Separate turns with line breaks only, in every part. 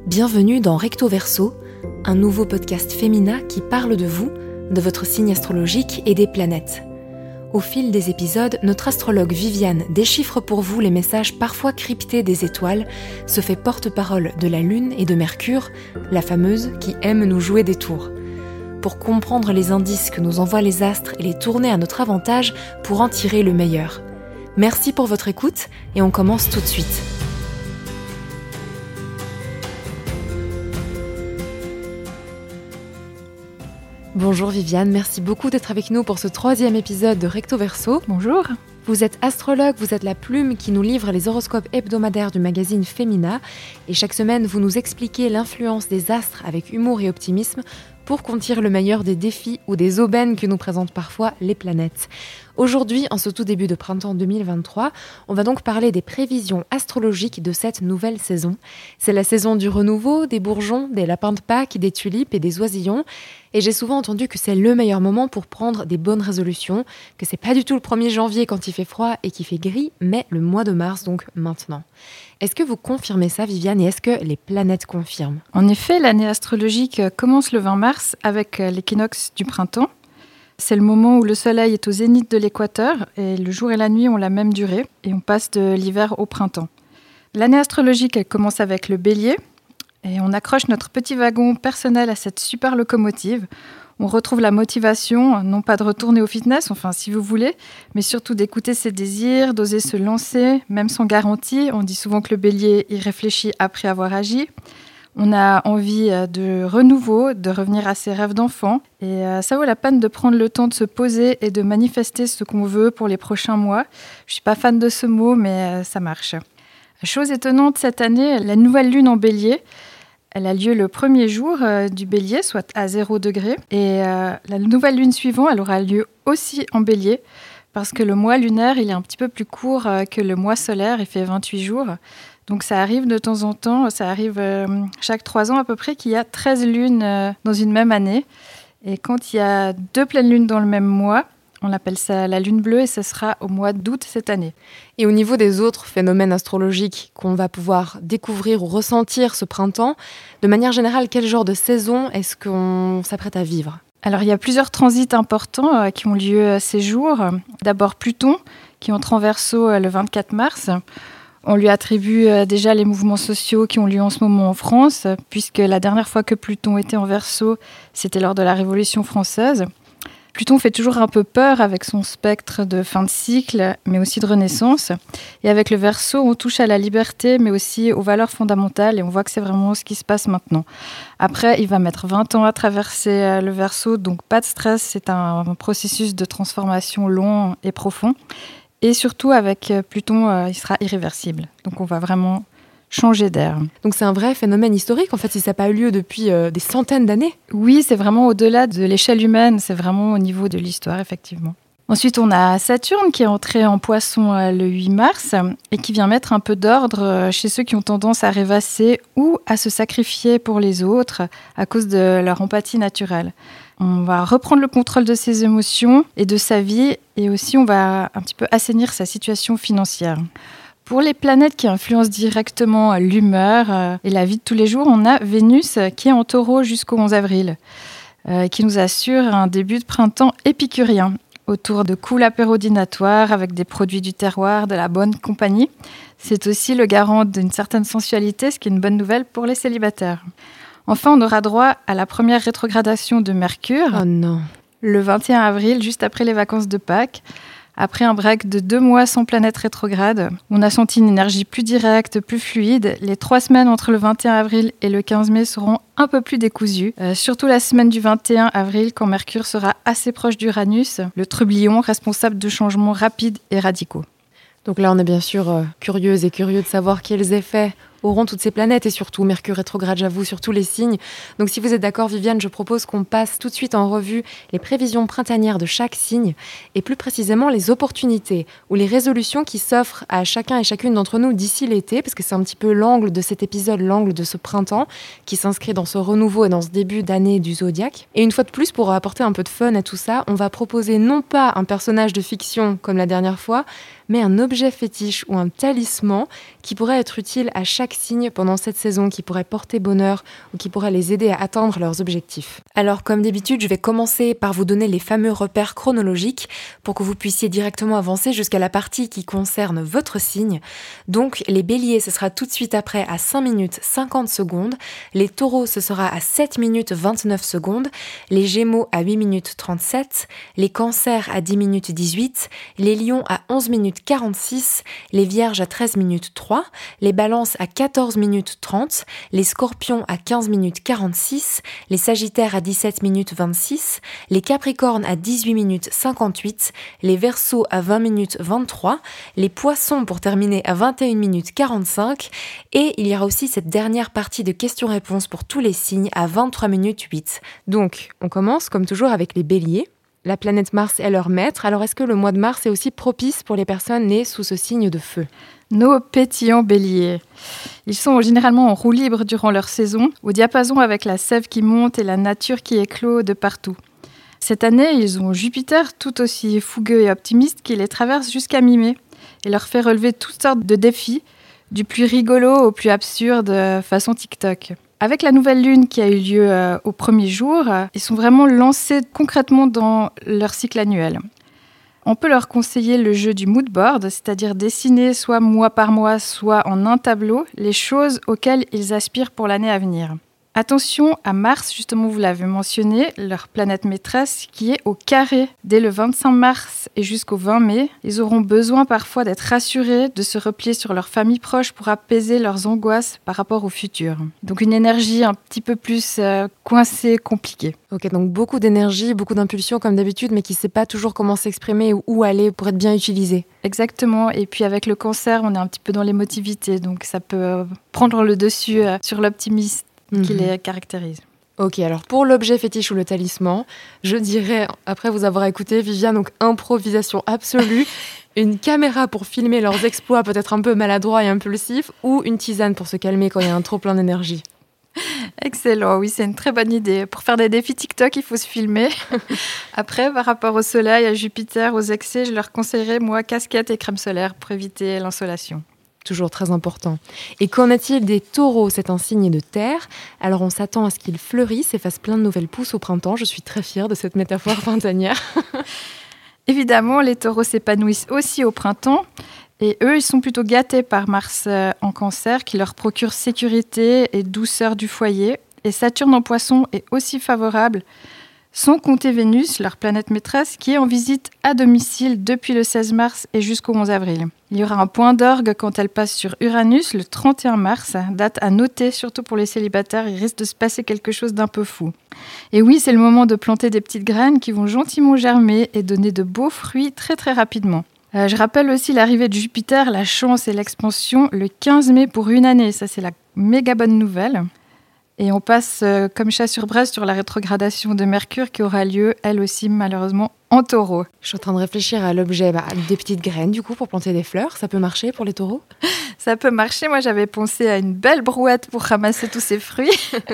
Bienvenue dans Recto Verso, un nouveau podcast féminin qui parle de vous, de votre signe astrologique et des planètes. Au fil des épisodes, notre astrologue Viviane déchiffre pour vous les messages parfois cryptés des étoiles, se fait porte-parole de la Lune et de Mercure, la fameuse qui aime nous jouer des tours. Pour comprendre les indices que nous envoient les astres et les tourner à notre avantage pour en tirer le meilleur. Merci pour votre écoute et on commence tout de suite. Bonjour Viviane, merci beaucoup d'être avec nous pour ce 3e épisode de Recto Verso.
Bonjour.
Vous êtes astrologue, vous êtes la plume qui nous livre les horoscopes hebdomadaires du magazine Femina et chaque semaine vous nous expliquez l'influence des astres avec humour et optimisme pour qu'on tire le meilleur des défis ou des aubaines que nous présentent parfois les planètes. Aujourd'hui, en ce tout début de printemps 2023, on va donc parler des prévisions astrologiques de cette nouvelle saison. C'est la saison du renouveau, des bourgeons, des lapins de Pâques, des tulipes et des oisillons. Et j'ai souvent entendu que c'est le meilleur moment pour prendre des bonnes résolutions, que c'est pas du tout le 1er janvier quand il fait froid et qu'il fait gris, mais le mois de mars, donc maintenant. Est-ce que vous confirmez ça, Viviane, et est-ce que les planètes confirment ?
En effet, l'année astrologique commence le 20 mars avec l'équinoxe du printemps. C'est le moment où le soleil est au zénith de l'équateur et le jour et la nuit ont la même durée et on passe de l'hiver au printemps. L'année astrologique, elle commence avec le bélier et on accroche notre petit wagon personnel à cette super locomotive. On retrouve la motivation, non pas de retourner au fitness, enfin si vous voulez, mais surtout d'écouter ses désirs, d'oser se lancer, même sans garantie. On dit souvent que le bélier y réfléchit après avoir agi. On a envie de renouveau, de revenir à ses rêves d'enfant. Et ça vaut la peine de prendre le temps de se poser et de manifester ce qu'on veut pour les prochains mois. Je ne suis pas fan de ce mot, mais ça marche. Chose étonnante cette année, la nouvelle lune en bélier, elle a lieu le premier jour du bélier, soit à 0 degré. Et la nouvelle lune suivante, elle aura lieu aussi en bélier, parce que le mois lunaire, il est un petit peu plus court que le mois solaire, il fait 28 jours. Donc ça arrive de temps en temps, ça arrive chaque 3 ans à peu près qu'il y a 13 lunes dans une même année. Et quand il y a 2 pleines lunes dans le même mois, on appelle ça la lune bleue et ce sera au mois d'août cette année.
Et au niveau des autres phénomènes astrologiques qu'on va pouvoir découvrir ou ressentir ce printemps, de manière générale, quel genre de saison est-ce qu'on s'apprête à vivre ?
Alors il y a plusieurs transits importants qui ont lieu ces jours. D'abord Pluton qui entre en Verseau le 24 mars. On lui attribue déjà les mouvements sociaux qui ont lieu en ce moment en France, puisque la dernière fois que Pluton était en Verseau, c'était lors de la Révolution française. Pluton fait toujours un peu peur avec son spectre de fin de cycle, mais aussi de renaissance. Et avec le Verseau, on touche à la liberté, mais aussi aux valeurs fondamentales, et on voit que c'est vraiment ce qui se passe maintenant. Après, il va mettre 20 ans à traverser le Verseau, donc pas de stress, c'est un processus de transformation long et profond. Et surtout, avec Pluton, il sera irréversible. Donc, on va vraiment changer d'air.
Donc, c'est un vrai phénomène historique, en fait, si ça n'a pas eu lieu depuis des centaines d'années.
Oui, c'est vraiment au-delà de l'échelle humaine. C'est vraiment au niveau de l'histoire, effectivement. Ensuite, on a Saturne qui est entré en Poisson le 8 mars et qui vient mettre un peu d'ordre chez ceux qui ont tendance à rêvasser ou à se sacrifier pour les autres à cause de leur empathie naturelle. On va reprendre le contrôle de ses émotions et de sa vie et aussi on va un petit peu assainir sa situation financière. Pour les planètes qui influencent directement l'humeur et la vie de tous les jours, on a Vénus qui est en Taureau jusqu'au 11 avril, qui nous assure un début de printemps épicurien autour de cool apéros dînatoires avec des produits du terroir, de la bonne compagnie. C'est aussi le garant d'une certaine sensualité, ce qui est une bonne nouvelle pour les célibataires. Enfin, on aura droit à la première rétrogradation de Mercure.
Oh non.
Le 21 avril, juste après les vacances de Pâques. Après un break de 2 mois sans planète rétrograde, on a senti une énergie plus directe, plus fluide. Les 3 semaines entre le 21 avril et le 15 mai seront un peu plus décousues. Surtout la semaine du 21 avril, quand Mercure sera assez proche d'Uranus, le trublion responsable de changements rapides et radicaux.
Donc là, on est bien sûr curieuse et curieux de savoir quels effets auront toutes ces planètes et surtout Mercure rétrograde, j'avoue, sur tous les signes. Donc si vous êtes d'accord, Viviane, je propose qu'on passe tout de suite en revue les prévisions printanières de chaque signe et plus précisément les opportunités ou les résolutions qui s'offrent à chacun et chacune d'entre nous d'ici l'été, parce que c'est un petit peu l'angle de cet épisode, l'angle de ce printemps qui s'inscrit dans ce renouveau et dans ce début d'année du zodiaque. Et une fois de plus, pour apporter un peu de fun à tout ça, on va proposer non pas un personnage de fiction comme la dernière fois, mais un objet fétiche ou un talisman qui pourrait être utile à chaque signe pendant cette saison, qui pourrait porter bonheur ou qui pourrait les aider à atteindre leurs objectifs. Alors comme d'habitude, je vais commencer par vous donner les fameux repères chronologiques pour que vous puissiez directement avancer jusqu'à la partie qui concerne votre signe. Donc les béliers, ce sera tout de suite après à 5 minutes 50 secondes, les taureaux, ce sera à 7 minutes 29 secondes, les gémeaux à 8 minutes 37, les cancers à 10 minutes 18, les lions à 11 minutes 46, les vierges à 13 minutes 3, les balances à 14 minutes 30, les scorpions à 15 minutes 46, les sagittaires à 17 minutes 26, les capricornes à 18 minutes 58, les verseaux à 20 minutes 23, les poissons pour terminer à 21 minutes 45 et il y aura aussi cette dernière partie de questions-réponses pour tous les signes à 23 minutes 8. Donc, on commence comme toujours avec les béliers. La planète Mars est leur maître, alors est-ce que le mois de mars est aussi propice pour les personnes nées sous ce signe de feu ?
Nos pétillants béliers. Ils sont généralement en roue libre durant leur saison, au diapason avec la sève qui monte et la nature qui éclot de partout. Cette année, ils ont Jupiter tout aussi fougueux et optimiste qui les traverse jusqu'à mi-mai et leur fait relever toutes sortes de défis, du plus rigolo au plus absurde façon TikTok. Avec la nouvelle lune qui a eu lieu au premier jour, ils sont vraiment lancés concrètement dans leur cycle annuel. On peut leur conseiller le jeu du mood board, c'est-à-dire dessiner soit mois par mois, soit en un tableau, les choses auxquelles ils aspirent pour l'année à venir. Attention à Mars, justement vous l'avez mentionné, leur planète maîtresse qui est au carré dès le 25 mars et jusqu'au 20 mai. Ils auront besoin parfois d'être rassurés, de se replier sur leur famille proche pour apaiser leurs angoisses par rapport au futur. Donc une énergie un petit peu plus coincée, compliquée.
Ok, donc beaucoup d'énergie, beaucoup d'impulsion comme d'habitude, mais qui ne sait pas toujours comment s'exprimer ou où aller pour être bien utilisé.
Exactement, et puis avec le cancer, on est un petit peu dans l'émotivité, donc ça peut prendre le dessus sur l'optimisme qui les caractérise.
Ok, alors pour l'objet fétiche ou le talisman, je dirais, après vous avoir écouté, Viviane, donc improvisation absolue, une caméra pour filmer leurs exploits peut-être un peu maladroits et impulsifs, ou une tisane pour se calmer quand il y a un trop plein d'énergie.
Excellent, oui, c'est une très bonne idée. Pour faire des défis TikTok, il faut se filmer. Après, par rapport au soleil, à Jupiter, aux excès, je leur conseillerais, moi, casquette et crème solaire pour éviter l'insolation.
Toujours très important. Et qu'en est-il des taureaux ? C'est un signe de terre. Alors on s'attend à ce qu'ils fleurissent et fassent plein de nouvelles pousses au printemps. Je suis très fière de cette métaphore printanière.
Évidemment, les taureaux s'épanouissent aussi au printemps. Et eux, ils sont plutôt gâtés par Mars en cancer, qui leur procure sécurité et douceur du foyer. Et Saturne en poisson est aussi favorable, sans compter Vénus, leur planète maîtresse, qui est en visite à domicile depuis le 16 mars et jusqu'au 11 avril. Il y aura un point d'orgue quand elle passe sur Uranus le 31 mars, date à noter, surtout pour les célibataires, il risque de se passer quelque chose d'un peu fou. Et oui, c'est le moment de planter des petites graines qui vont gentiment germer et donner de beaux fruits très très rapidement. Je rappelle aussi l'arrivée de Jupiter, la chance et l'expansion, le 15 mai pour une année. Ça, c'est la méga bonne nouvelle. Et on passe comme chat sur braise sur la rétrogradation de Mercure qui aura lieu, elle aussi, malheureusement, en taureau.
Je suis en train de réfléchir à l'objet, des petites graines du coup pour planter des fleurs. Ça peut marcher pour les taureaux ?
Ça peut marcher. Moi, j'avais pensé à une belle brouette pour ramasser tous ces fruits.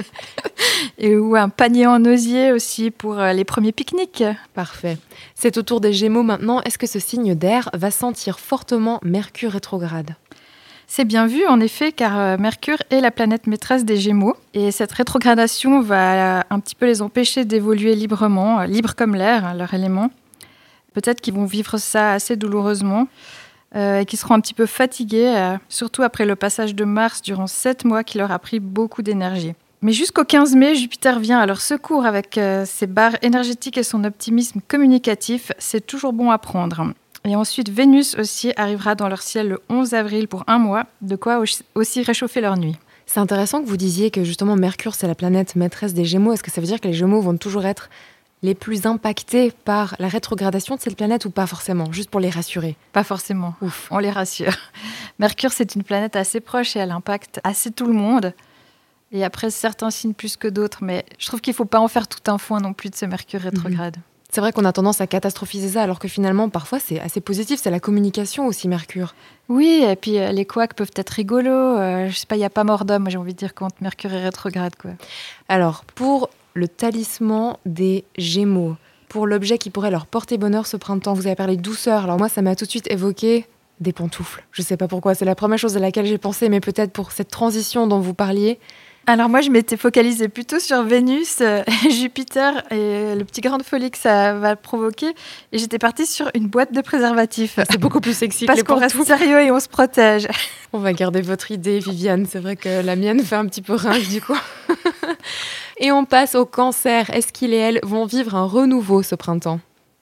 Ou un panier en osier aussi pour les premiers pique-niques.
Parfait. C'est au tour des Gémeaux maintenant. Est-ce que ce signe d'air va sentir fortement Mercure rétrograde ?
C'est bien vu, en effet, car Mercure est la planète maîtresse des Gémeaux. Et cette rétrogradation va un petit peu les empêcher d'évoluer librement, libre comme l'air, leur élément. Peut-être qu'ils vont vivre ça assez douloureusement et qu'ils seront un petit peu fatigués, surtout après le passage de Mars durant 7 mois qui leur a pris beaucoup d'énergie. Mais jusqu'au 15 mai, Jupiter vient à leur secours avec ses barres énergétiques et son optimisme communicatif. C'est toujours bon à prendre. Et ensuite, Vénus aussi arrivera dans leur ciel le 11 avril pour 1 mois, de quoi aussi réchauffer leur nuit.
C'est intéressant que vous disiez que justement Mercure, c'est la planète maîtresse des Gémeaux. Est-ce que ça veut dire que les Gémeaux vont toujours être les plus impactés par la rétrogradation de cette planète ou pas forcément ? Juste pour les rassurer.
Pas forcément. Ouf, on les rassure. Mercure, c'est une planète assez proche et elle impacte assez tout le monde. Et après, certains signes plus que d'autres. Mais je trouve qu'il ne faut pas en faire tout un foin non plus de ce Mercure rétrograde.
C'est vrai qu'on a tendance à catastrophiser ça, alors que finalement, parfois, c'est assez positif. C'est la communication aussi, Mercure.
Oui, et puis les couacs peuvent être rigolos. Je sais pas, il n'y a pas mort d'homme, j'ai envie de dire, quand Mercure est rétrograde, quoi.
Alors, pour le talisman des Gémeaux, pour l'objet qui pourrait leur porter bonheur ce printemps, vous avez parlé de douceur. Alors moi, ça m'a tout de suite évoqué Des pantoufles. Je sais pas pourquoi, c'est la première chose à laquelle j'ai pensé, mais peut-être pour cette transition dont vous parliez.
Alors moi, je m'étais focalisée plutôt sur Vénus, Jupiter et le petit grain de folie que ça va provoquer. Et j'étais partie sur une boîte de préservatifs.
C'est beaucoup plus sexy
parce
que les
qu'on reste
pantoufles.
sérieux et on se protège.
On va garder votre idée, Viviane. C'est vrai que la mienne fait un petit peu ringue du coup. Et on passe au Cancer. Est-ce qu'il et elle vont vivre un renouveau ce printemps ?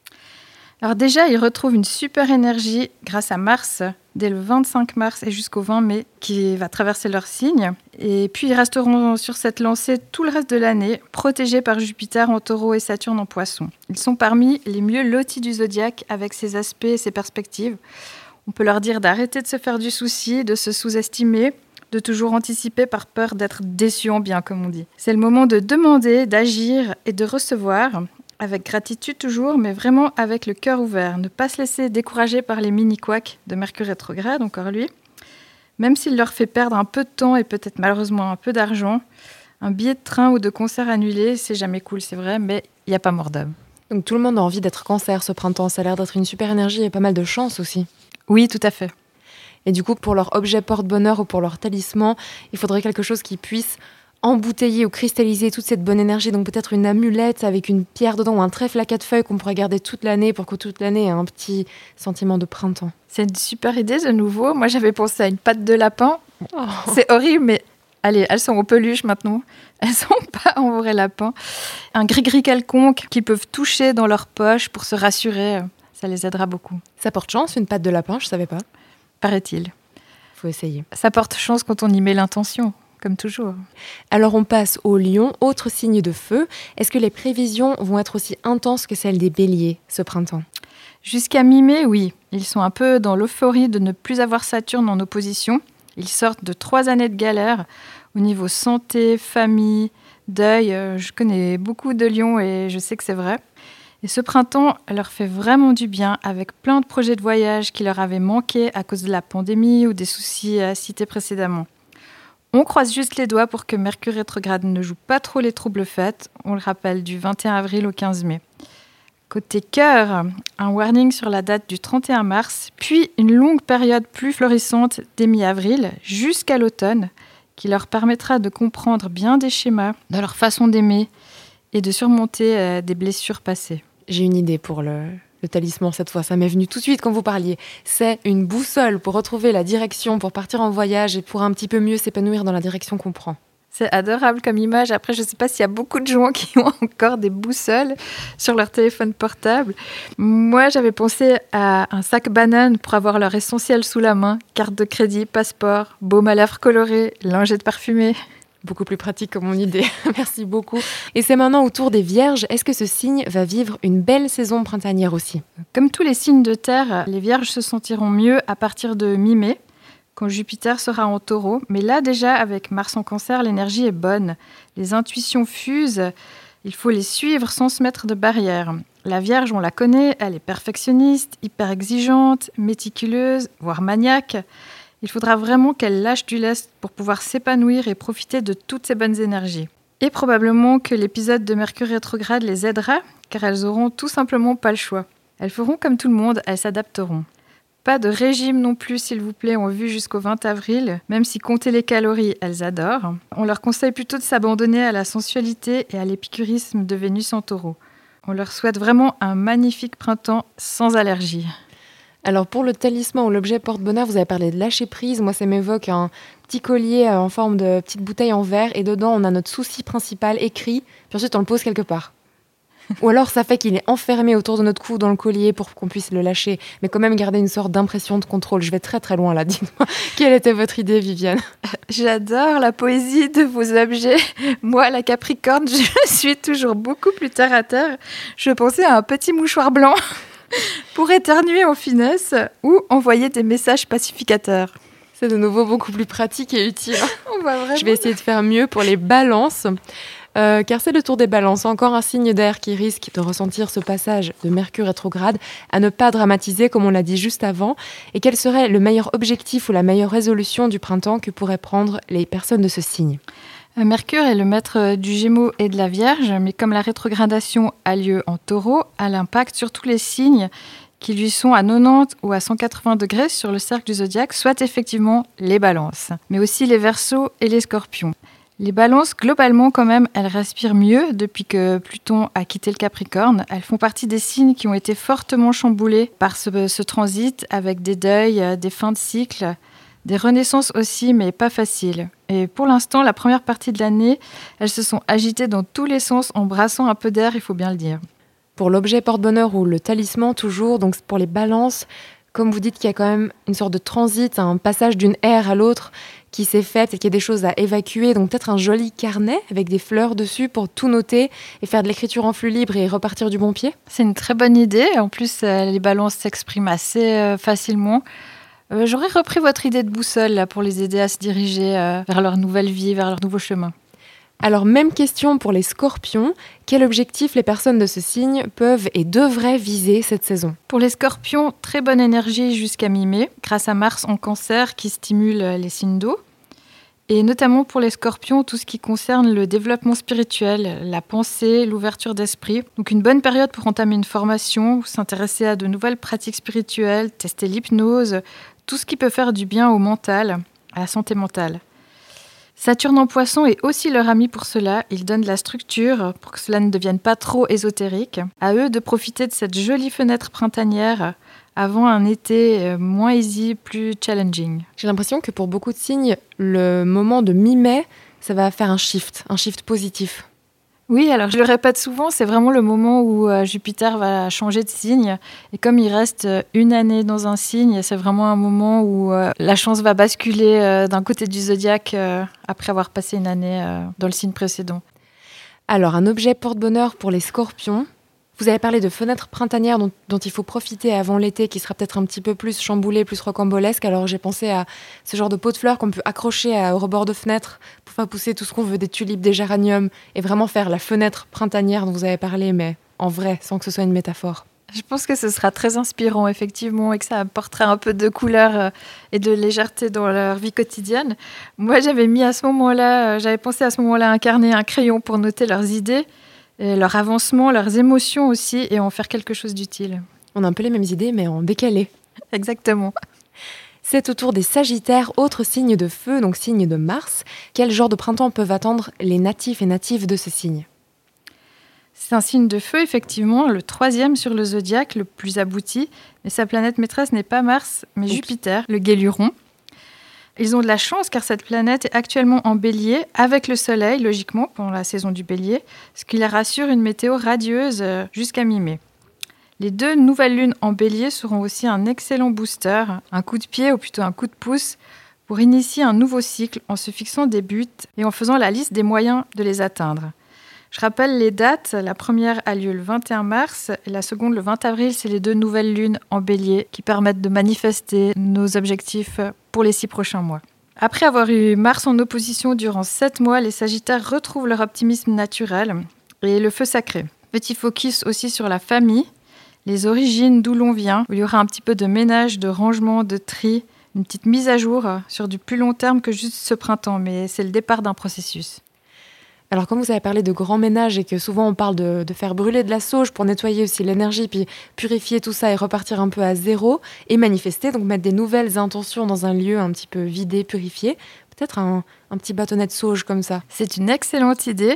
Alors déjà, ils retrouvent une super énergie grâce à Mars, dès le 25 mars et jusqu'au 20 mai, qui va traverser leur signe. Et puis, ils resteront sur cette lancée tout le reste de l'année, protégés par Jupiter en taureau et Saturne en poisson. Ils sont parmi les mieux lotis du zodiaque avec ses aspects et ses perspectives. On peut leur dire d'arrêter de se faire du souci, de se sous-estimer, de toujours anticiper par peur d'être déçu en bien, comme on dit. C'est le moment de demander, d'agir et de recevoir. Avec gratitude toujours, mais vraiment avec le cœur ouvert. Ne pas se laisser décourager par les mini-couacs de Mercure rétrograde, encore lui. Même s'il leur fait perdre un peu de temps et peut-être malheureusement un peu d'argent, un billet de train ou de concert annulé, c'est jamais cool, c'est vrai, mais il n'y a pas mort d'homme.
Donc tout le monde a envie d'être Cancer ce printemps. Ça a l'air d'être une super énergie et pas mal de chance aussi.
Oui, tout à fait.
Et du coup, pour leur objet porte-bonheur ou pour leur talisman, il faudrait quelque chose qui puisse embouteiller ou cristalliser toute cette bonne énergie. Donc peut-être une amulette avec une pierre dedans ou un trèfle à 4 feuilles qu'on pourrait garder toute l'année pour que toute l'année ait un petit sentiment de printemps.
C'est une super idée de nouveau. Moi, j'avais pensé à une patte de lapin.
Oh.
C'est horrible, mais allez, elles sont en peluche maintenant. Elles sont pas en vrai lapin. Un gris-gris quelconque qu'ils peuvent toucher dans leur poche pour se rassurer, ça les aidera beaucoup.
Ça porte chance, une patte de lapin, je savais pas.
Paraît-il.
Faut essayer.
Ça porte chance quand on y met l'intention. Comme toujours.
Alors on passe au Lion, autre signe de feu. Est-ce que les prévisions vont être aussi intenses que celles des Béliers ce printemps ?
Jusqu'à mi-mai, oui. Ils sont un peu dans l'euphorie de ne plus avoir Saturne en opposition. Ils sortent de 3 années de galère au niveau santé, famille, deuil. Je connais beaucoup de Lions et je sais que c'est vrai. Et ce printemps leur fait vraiment du bien avec plein de projets de voyage qui leur avaient manqué à cause de la pandémie ou des soucis cités précédemment. On croise juste les doigts pour que Mercure rétrograde ne joue pas trop les troubles fêtes. On le rappelle, du 21 avril au 15 mai. Côté cœur, un warning sur la date du 31 mars, puis une longue période plus florissante dès mi-avril jusqu'à l'automne, qui leur permettra de comprendre bien des schémas dans leur façon d'aimer et de surmonter des blessures passées.
J'ai une idée pour le talisman cette fois, ça m'est venu tout de suite quand vous parliez. C'est une boussole pour retrouver la direction, pour partir en voyage et pour un petit peu mieux s'épanouir dans la direction qu'on prend.
C'est adorable comme image. Après, je ne sais pas s'il y a beaucoup de gens qui ont encore des boussoles sur leur téléphone portable. Moi, j'avais pensé à un sac banane pour avoir leur essentiel sous la main. Carte de crédit, passeport, baume à lèvres coloré, lingette parfumée.
Beaucoup plus pratique que mon idée. Merci beaucoup. Et c'est maintenant au tour des Vierges. Est-ce que ce signe va vivre une belle saison printanière aussi ?
Comme tous les signes de terre, les Vierges se sentiront mieux à partir de mi-mai, quand Jupiter sera en taureau. Mais là, déjà, avec Mars en Cancer, l'énergie est bonne. Les intuitions fusent. Il faut les suivre sans se mettre de barrières. La Vierge, on la connaît, elle est perfectionniste, hyper exigeante, méticuleuse, voire maniaque. Il faudra vraiment qu'elle lâche du lest pour pouvoir s'épanouir et profiter de toutes ces bonnes énergies. Et probablement que l'épisode de Mercure rétrograde les aidera, car elles auront tout simplement pas le choix. Elles feront comme tout le monde, elles s'adapteront. Pas de régime non plus, s'il vous plaît, en vue jusqu'au 20 avril, même si compter les calories, elles adorent. On leur conseille plutôt de s'abandonner à la sensualité et à l'épicurisme de Vénus en taureau. On leur souhaite vraiment un magnifique printemps sans allergie.
Alors pour le talisman ou l'objet porte-bonheur, vous avez parlé de lâcher prise. Moi, ça m'évoque un petit collier en forme de petite bouteille en verre et dedans, on a notre souci principal écrit, puis ensuite on le pose quelque part. Ou alors ça fait qu'il est enfermé autour de notre cou dans le collier pour qu'on puisse le lâcher, mais quand même garder une sorte d'impression de contrôle. Je vais très très loin là, dites-moi. Quelle était votre idée, Viviane ?
J'adore la poésie de vos objets. Moi, la Capricorne, je suis toujours beaucoup plus terre à terre. Je pensais à un petit mouchoir blanc pour éternuer en finesse ou envoyer des messages pacificateurs.
C'est de nouveau beaucoup plus pratique et utile.
On va vraiment...
Je vais essayer de faire mieux pour les balances. Car c'est le tour des balances, encore un signe d'air qui risque de ressentir ce passage de Mercure rétrograde, à ne pas dramatiser comme on l'a dit juste avant. Et quel serait le meilleur objectif ou la meilleure résolution du printemps que pourraient prendre les personnes de ce signe ?
Mercure est le maître du Gémeaux et de la Vierge, mais comme la rétrogradation a lieu en Taureau, elle impacte sur tous les signes qui lui sont à 90 ou à 180 degrés sur le cercle du zodiaque, soit effectivement les balances, mais aussi les Verseaux et les Scorpions. Les balances, globalement, quand même, elles respirent mieux depuis que Pluton a quitté le Capricorne. Elles font partie des signes qui ont été fortement chamboulés par ce transit, avec des deuils, des fins de cycle, des renaissances aussi, mais pas faciles. Et pour l'instant, la première partie de l'année, elles se sont agitées dans tous les sens en brassant un peu d'air, il faut bien le dire.
Pour l'objet porte-bonheur ou le talisman, toujours, donc pour les balances, comme vous dites qu'il y a quand même une sorte de transit, un passage d'une ère à l'autre qui s'est fait et qu'il y a des choses à évacuer, donc peut-être un joli carnet avec des fleurs dessus pour tout noter et faire de l'écriture en flux libre et repartir du bon pied.
C'est une très bonne idée. En plus, les balances s'expriment assez facilement. J'aurais repris votre idée de boussole là, pour les aider à se diriger vers leur nouvelle vie, vers leur nouveau chemin.
Alors, même question pour les Scorpions. Quel objectif les personnes de ce signe peuvent et devraient viser cette saison ?
Pour les Scorpions, très bonne énergie jusqu'à mi-mai, grâce à Mars en Cancer qui stimule les signes d'eau. Et notamment pour les Scorpions, tout ce qui concerne le développement spirituel, la pensée, l'ouverture d'esprit. Donc une bonne période pour entamer une formation, s'intéresser à de nouvelles pratiques spirituelles, tester l'hypnose, tout ce qui peut faire du bien au mental, à la santé mentale. Saturne en Poisson est aussi leur ami pour cela. Il donne de la structure pour que cela ne devienne pas trop ésotérique. À eux de profiter de cette jolie fenêtre printanière avant un été moins easy, plus challenging.
J'ai l'impression que pour beaucoup de signes, le moment de mi-mai, ça va faire un shift positif.
Oui, alors je le répète souvent, c'est vraiment le moment où Jupiter va changer de signe. Et comme il reste une année dans un signe, c'est vraiment un moment où la chance va basculer d'un côté du zodiaque après avoir passé une année dans le signe précédent.
Alors, un objet porte-bonheur pour les Scorpions. Vous avez parlé de fenêtres printanières dont il faut profiter avant l'été, qui sera peut-être un petit peu plus chamboulé, plus rocambolesque. Alors j'ai pensé à ce genre de pot de fleurs qu'on peut accrocher au rebord de fenêtre pour faire pousser tout ce qu'on veut, des tulipes, des géraniums, et vraiment faire la fenêtre printanière dont vous avez parlé, mais en vrai, sans que ce soit une métaphore.
Je pense que ce sera très inspirant, effectivement, et que ça apportera un peu de couleur et de légèreté dans leur vie quotidienne. Moi, j'avais pensé à ce moment-là un carnet, un crayon pour noter leurs idées, leur avancement, leurs émotions aussi, et en faire quelque chose d'utile.
On a un peu les mêmes idées, mais en décalé.
Exactement.
C'est au tour des Sagittaires, autre signe de feu, donc signe de Mars. Quel genre de printemps peuvent attendre les natifs et natives de ce signe ?
C'est un signe de feu, effectivement, le 3e sur le zodiaque, le plus abouti. Mais sa planète maîtresse n'est pas Mars, mais Jupiter, le Guéluron. Ils ont de la chance car cette planète est actuellement en Bélier avec le Soleil, logiquement, pendant la saison du Bélier, ce qui leur assure une météo radieuse jusqu'à mi-mai. Les 2 nouvelles lunes en Bélier seront aussi un excellent booster, un coup de pied ou plutôt un coup de pouce pour initier un nouveau cycle en se fixant des buts et en faisant la liste des moyens de les atteindre. Je rappelle les dates. La première a lieu le 21 mars et la seconde le 20 avril. C'est les 2 nouvelles lunes en Bélier qui permettent de manifester nos objectifs pour les 6 prochains mois. Après avoir eu Mars en opposition durant 7 mois, les Sagittaires retrouvent leur optimisme naturel et le feu sacré. Petit focus aussi sur la famille, les origines, d'où l'on vient, où il y aura un petit peu de ménage, de rangement, de tri, une petite mise à jour sur du plus long terme que juste ce printemps, mais c'est le départ d'un processus.
Alors, comme vous avez parlé de grand ménage et que souvent on parle de faire brûler de la sauge pour nettoyer aussi l'énergie, puis purifier tout ça et repartir un peu à zéro et manifester, donc mettre des nouvelles intentions dans un lieu un petit peu vidé, purifié, peut-être un petit bâtonnet de sauge comme ça.
C'est une excellente idée.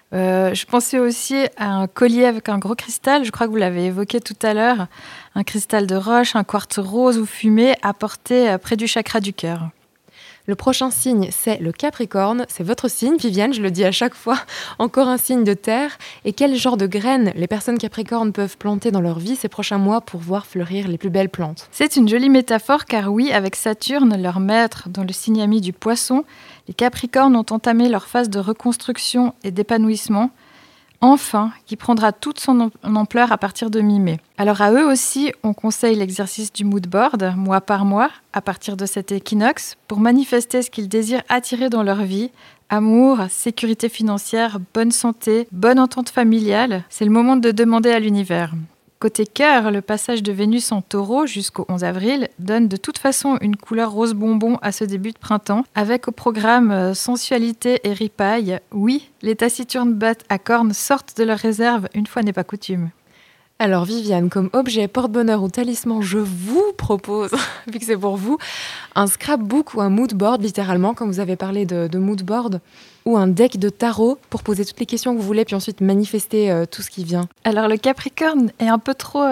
Je pensais aussi à un collier avec un gros cristal, je crois que vous l'avez évoqué tout à l'heure, un cristal de roche, un quartz rose ou fumé à porter près du chakra du cœur.
Le prochain signe, c'est le Capricorne. C'est votre signe, Viviane, je le dis à chaque fois. Encore un signe de terre. Et quel genre de graines les personnes Capricornes peuvent planter dans leur vie ces prochains mois pour voir fleurir les plus belles plantes ?
C'est une jolie métaphore car oui, avec Saturne, leur maître, dans le signe ami du Poisson, les Capricornes ont entamé leur phase de reconstruction et d'épanouissement, enfin, qui prendra toute son ampleur à partir de mi-mai. Alors à eux aussi, on conseille l'exercice du mood board, mois par mois, à partir de cet équinoxe, pour manifester ce qu'ils désirent attirer dans leur vie. Amour, sécurité financière, bonne santé, bonne entente familiale. C'est le moment de demander à l'univers. Côté cœur, le passage de Vénus en Taureau jusqu'au 11 avril donne de toute façon une couleur rose bonbon à ce début de printemps, avec au programme sensualité et ripaille. Oui, les taciturnes bêtes à cornes sortent de leur réserve, une fois n'est pas coutume.
Alors Viviane, comme objet porte-bonheur ou talisman, je vous propose, vu que c'est pour vous, un scrapbook ou un mood board, littéralement, comme vous avez parlé de mood board, ou un deck de tarot pour poser toutes les questions que vous voulez, puis ensuite manifester tout ce qui vient.
Alors le Capricorne est un peu trop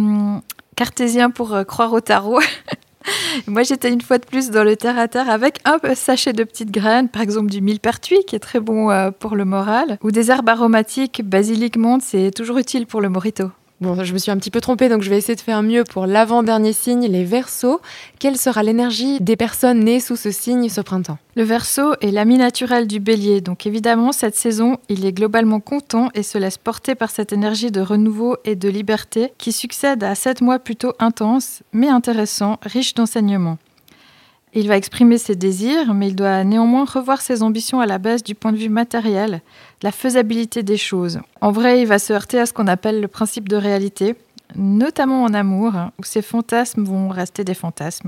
cartésien pour croire au tarot. Moi, j'étais une fois de plus dans le terre-à-terre avec un sachet de petites graines, par exemple du millepertuis, qui est très bon pour le moral, ou des herbes aromatiques, basilic, menthe, c'est toujours utile pour le mojito.
Bon, je me suis un petit peu trompée, donc je vais essayer de faire mieux pour l'avant-dernier signe, les Verseaux. Quelle sera l'énergie des personnes nées sous ce signe ce printemps ?
Le Verseau est l'ami naturel du Bélier, donc évidemment, cette saison, il est globalement content et se laisse porter par cette énergie de renouveau et de liberté qui succède à 7 mois plutôt intenses, mais intéressants, riches d'enseignements. Il va exprimer ses désirs, mais il doit néanmoins revoir ses ambitions à la baisse du point de vue matériel, la faisabilité des choses. En vrai, il va se heurter à ce qu'on appelle le principe de réalité, notamment en amour, où ses fantasmes vont rester des fantasmes.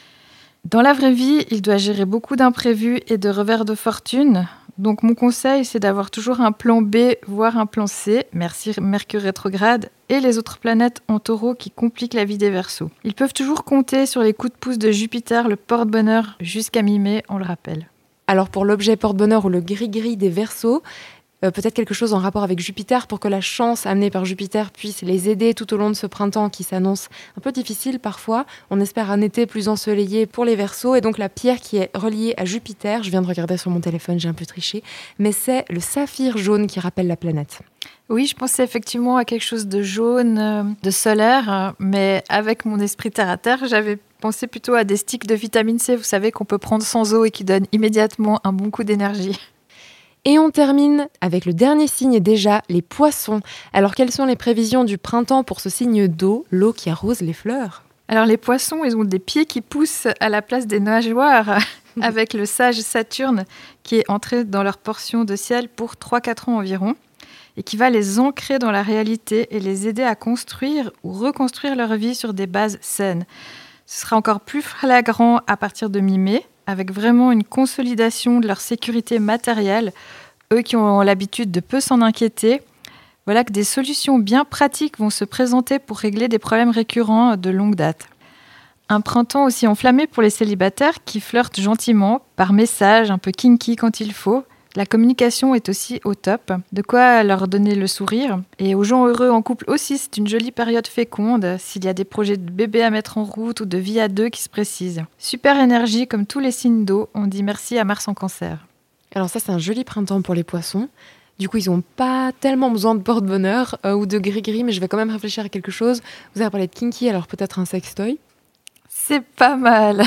Dans la vraie vie, il doit gérer beaucoup d'imprévus et de revers de fortune. Donc mon conseil, c'est d'avoir toujours un plan B, voire un plan C, merci Mercure rétrograde, et les autres planètes en taureau qui compliquent la vie des Verseaux. Ils peuvent toujours compter sur les coups de pouce de Jupiter, le porte-bonheur, jusqu'à mi-mai, on le rappelle.
Alors pour l'objet porte-bonheur ou le gris-gris des Verseaux, peut-être quelque chose en rapport avec Jupiter pour que la chance amenée par Jupiter puisse les aider tout au long de ce printemps qui s'annonce un peu difficile parfois. On espère un été plus ensoleillé pour les Verseaux et donc la pierre qui est reliée à Jupiter, je viens de regarder sur mon téléphone, j'ai un peu triché, mais c'est le saphir jaune qui rappelle la planète.
Oui, je pensais effectivement à quelque chose de jaune, de solaire, mais avec mon esprit terre-à-terre, j'avais pensé plutôt à des sticks de vitamine C, vous savez, qu'on peut prendre sans eau et qui donnent immédiatement un bon coup d'énergie.
Et on termine avec le dernier signe déjà, les poissons. Alors quelles sont les prévisions du printemps pour ce signe d'eau, l'eau qui arrose les fleurs ?
Alors les poissons, ils ont des pieds qui poussent à la place des nageoires, avec le sage Saturne qui est entré dans leur portion de ciel pour 3-4 ans environ, et qui va les ancrer dans la réalité et les aider à construire ou reconstruire leur vie sur des bases saines. Ce sera encore plus flagrant à partir de mi-mai, avec vraiment une consolidation de leur sécurité matérielle, eux qui ont l'habitude de peu s'en inquiéter. Voilà que des solutions bien pratiques vont se présenter pour régler des problèmes récurrents de longue date. Un printemps aussi enflammé pour les célibataires qui flirtent gentiment, par message, un peu kinky quand il faut. La communication est aussi au top, de quoi leur donner le sourire. Et aux gens heureux en couple aussi, c'est une jolie période féconde, s'il y a des projets de bébé à mettre en route ou de vie à deux qui se précisent. Super énergie comme tous les signes d'eau, on dit merci à Mars en Cancer.
Alors ça, c'est un joli printemps pour les poissons. Du coup, ils n'ont pas tellement besoin de porte-bonheur ou de gris-gris, mais je vais quand même réfléchir à quelque chose. Vous avez parlé de kinky, alors peut-être un sextoy ?
C'est pas mal.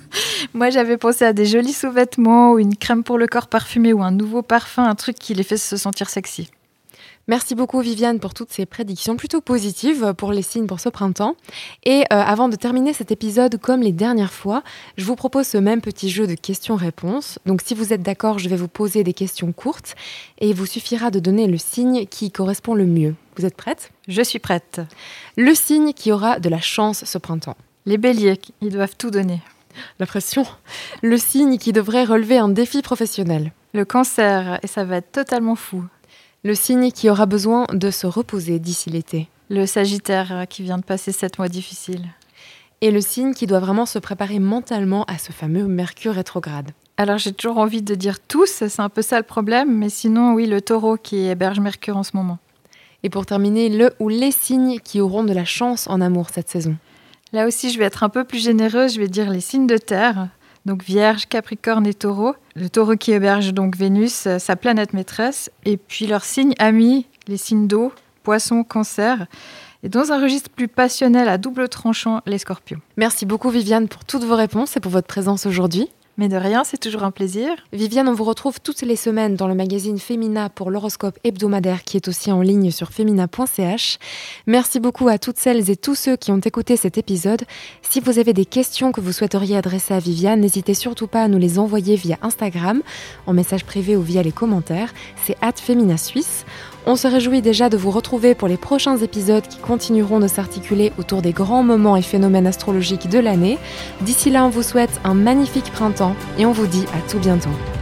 Moi, j'avais pensé à des jolis sous-vêtements ou une crème pour le corps parfumée ou un nouveau parfum, un truc qui les fait se sentir sexy.
Merci beaucoup Viviane pour toutes ces prédictions plutôt positives pour les signes pour ce printemps. Et avant de terminer cet épisode comme les dernières fois, je vous propose ce même petit jeu de questions-réponses. Donc si vous êtes d'accord, je vais vous poser des questions courtes et il vous suffira de donner le signe qui correspond le mieux. Vous êtes prête ?
Je suis prête.
Le signe qui aura de la chance ce printemps.
Les béliers, ils doivent tout donner.
La pression. Le signe qui devrait relever un défi professionnel.
Le cancer, et ça va être totalement fou.
Le signe qui aura besoin de se reposer d'ici l'été.
Le sagittaire qui vient de passer 7 mois difficiles.
Et le signe qui doit vraiment se préparer mentalement à ce fameux Mercure rétrograde.
Alors j'ai toujours envie de dire tous, c'est un peu ça le problème, mais sinon oui, le taureau qui héberge Mercure en ce moment.
Et pour terminer, le ou les signes qui auront de la chance en amour cette saison.
Là aussi, je vais être un peu plus généreuse, je vais dire les signes de terre, donc Vierge, Capricorne et Taureau. Le Taureau qui héberge donc Vénus, sa planète maîtresse, et puis leurs signes amis, les signes d'eau, Poisson, Cancer, et dans un registre plus passionnel à double tranchant, les Scorpions.
Merci beaucoup Viviane pour toutes vos réponses et pour votre présence aujourd'hui.
Mais de rien, c'est toujours un plaisir.
Viviane, on vous retrouve toutes les semaines dans le magazine Femina pour l'horoscope hebdomadaire qui est aussi en ligne sur femina.ch. Merci beaucoup à toutes celles et tous ceux qui ont écouté cet épisode. Si vous avez des questions que vous souhaiteriez adresser à Viviane, n'hésitez surtout pas à nous les envoyer via Instagram, en message privé ou via les commentaires. C'est @feminasuisse. On se réjouit déjà de vous retrouver pour les prochains épisodes qui continueront de s'articuler autour des grands moments et phénomènes astrologiques de l'année. D'ici là, on vous souhaite un magnifique printemps et on vous dit à tout bientôt.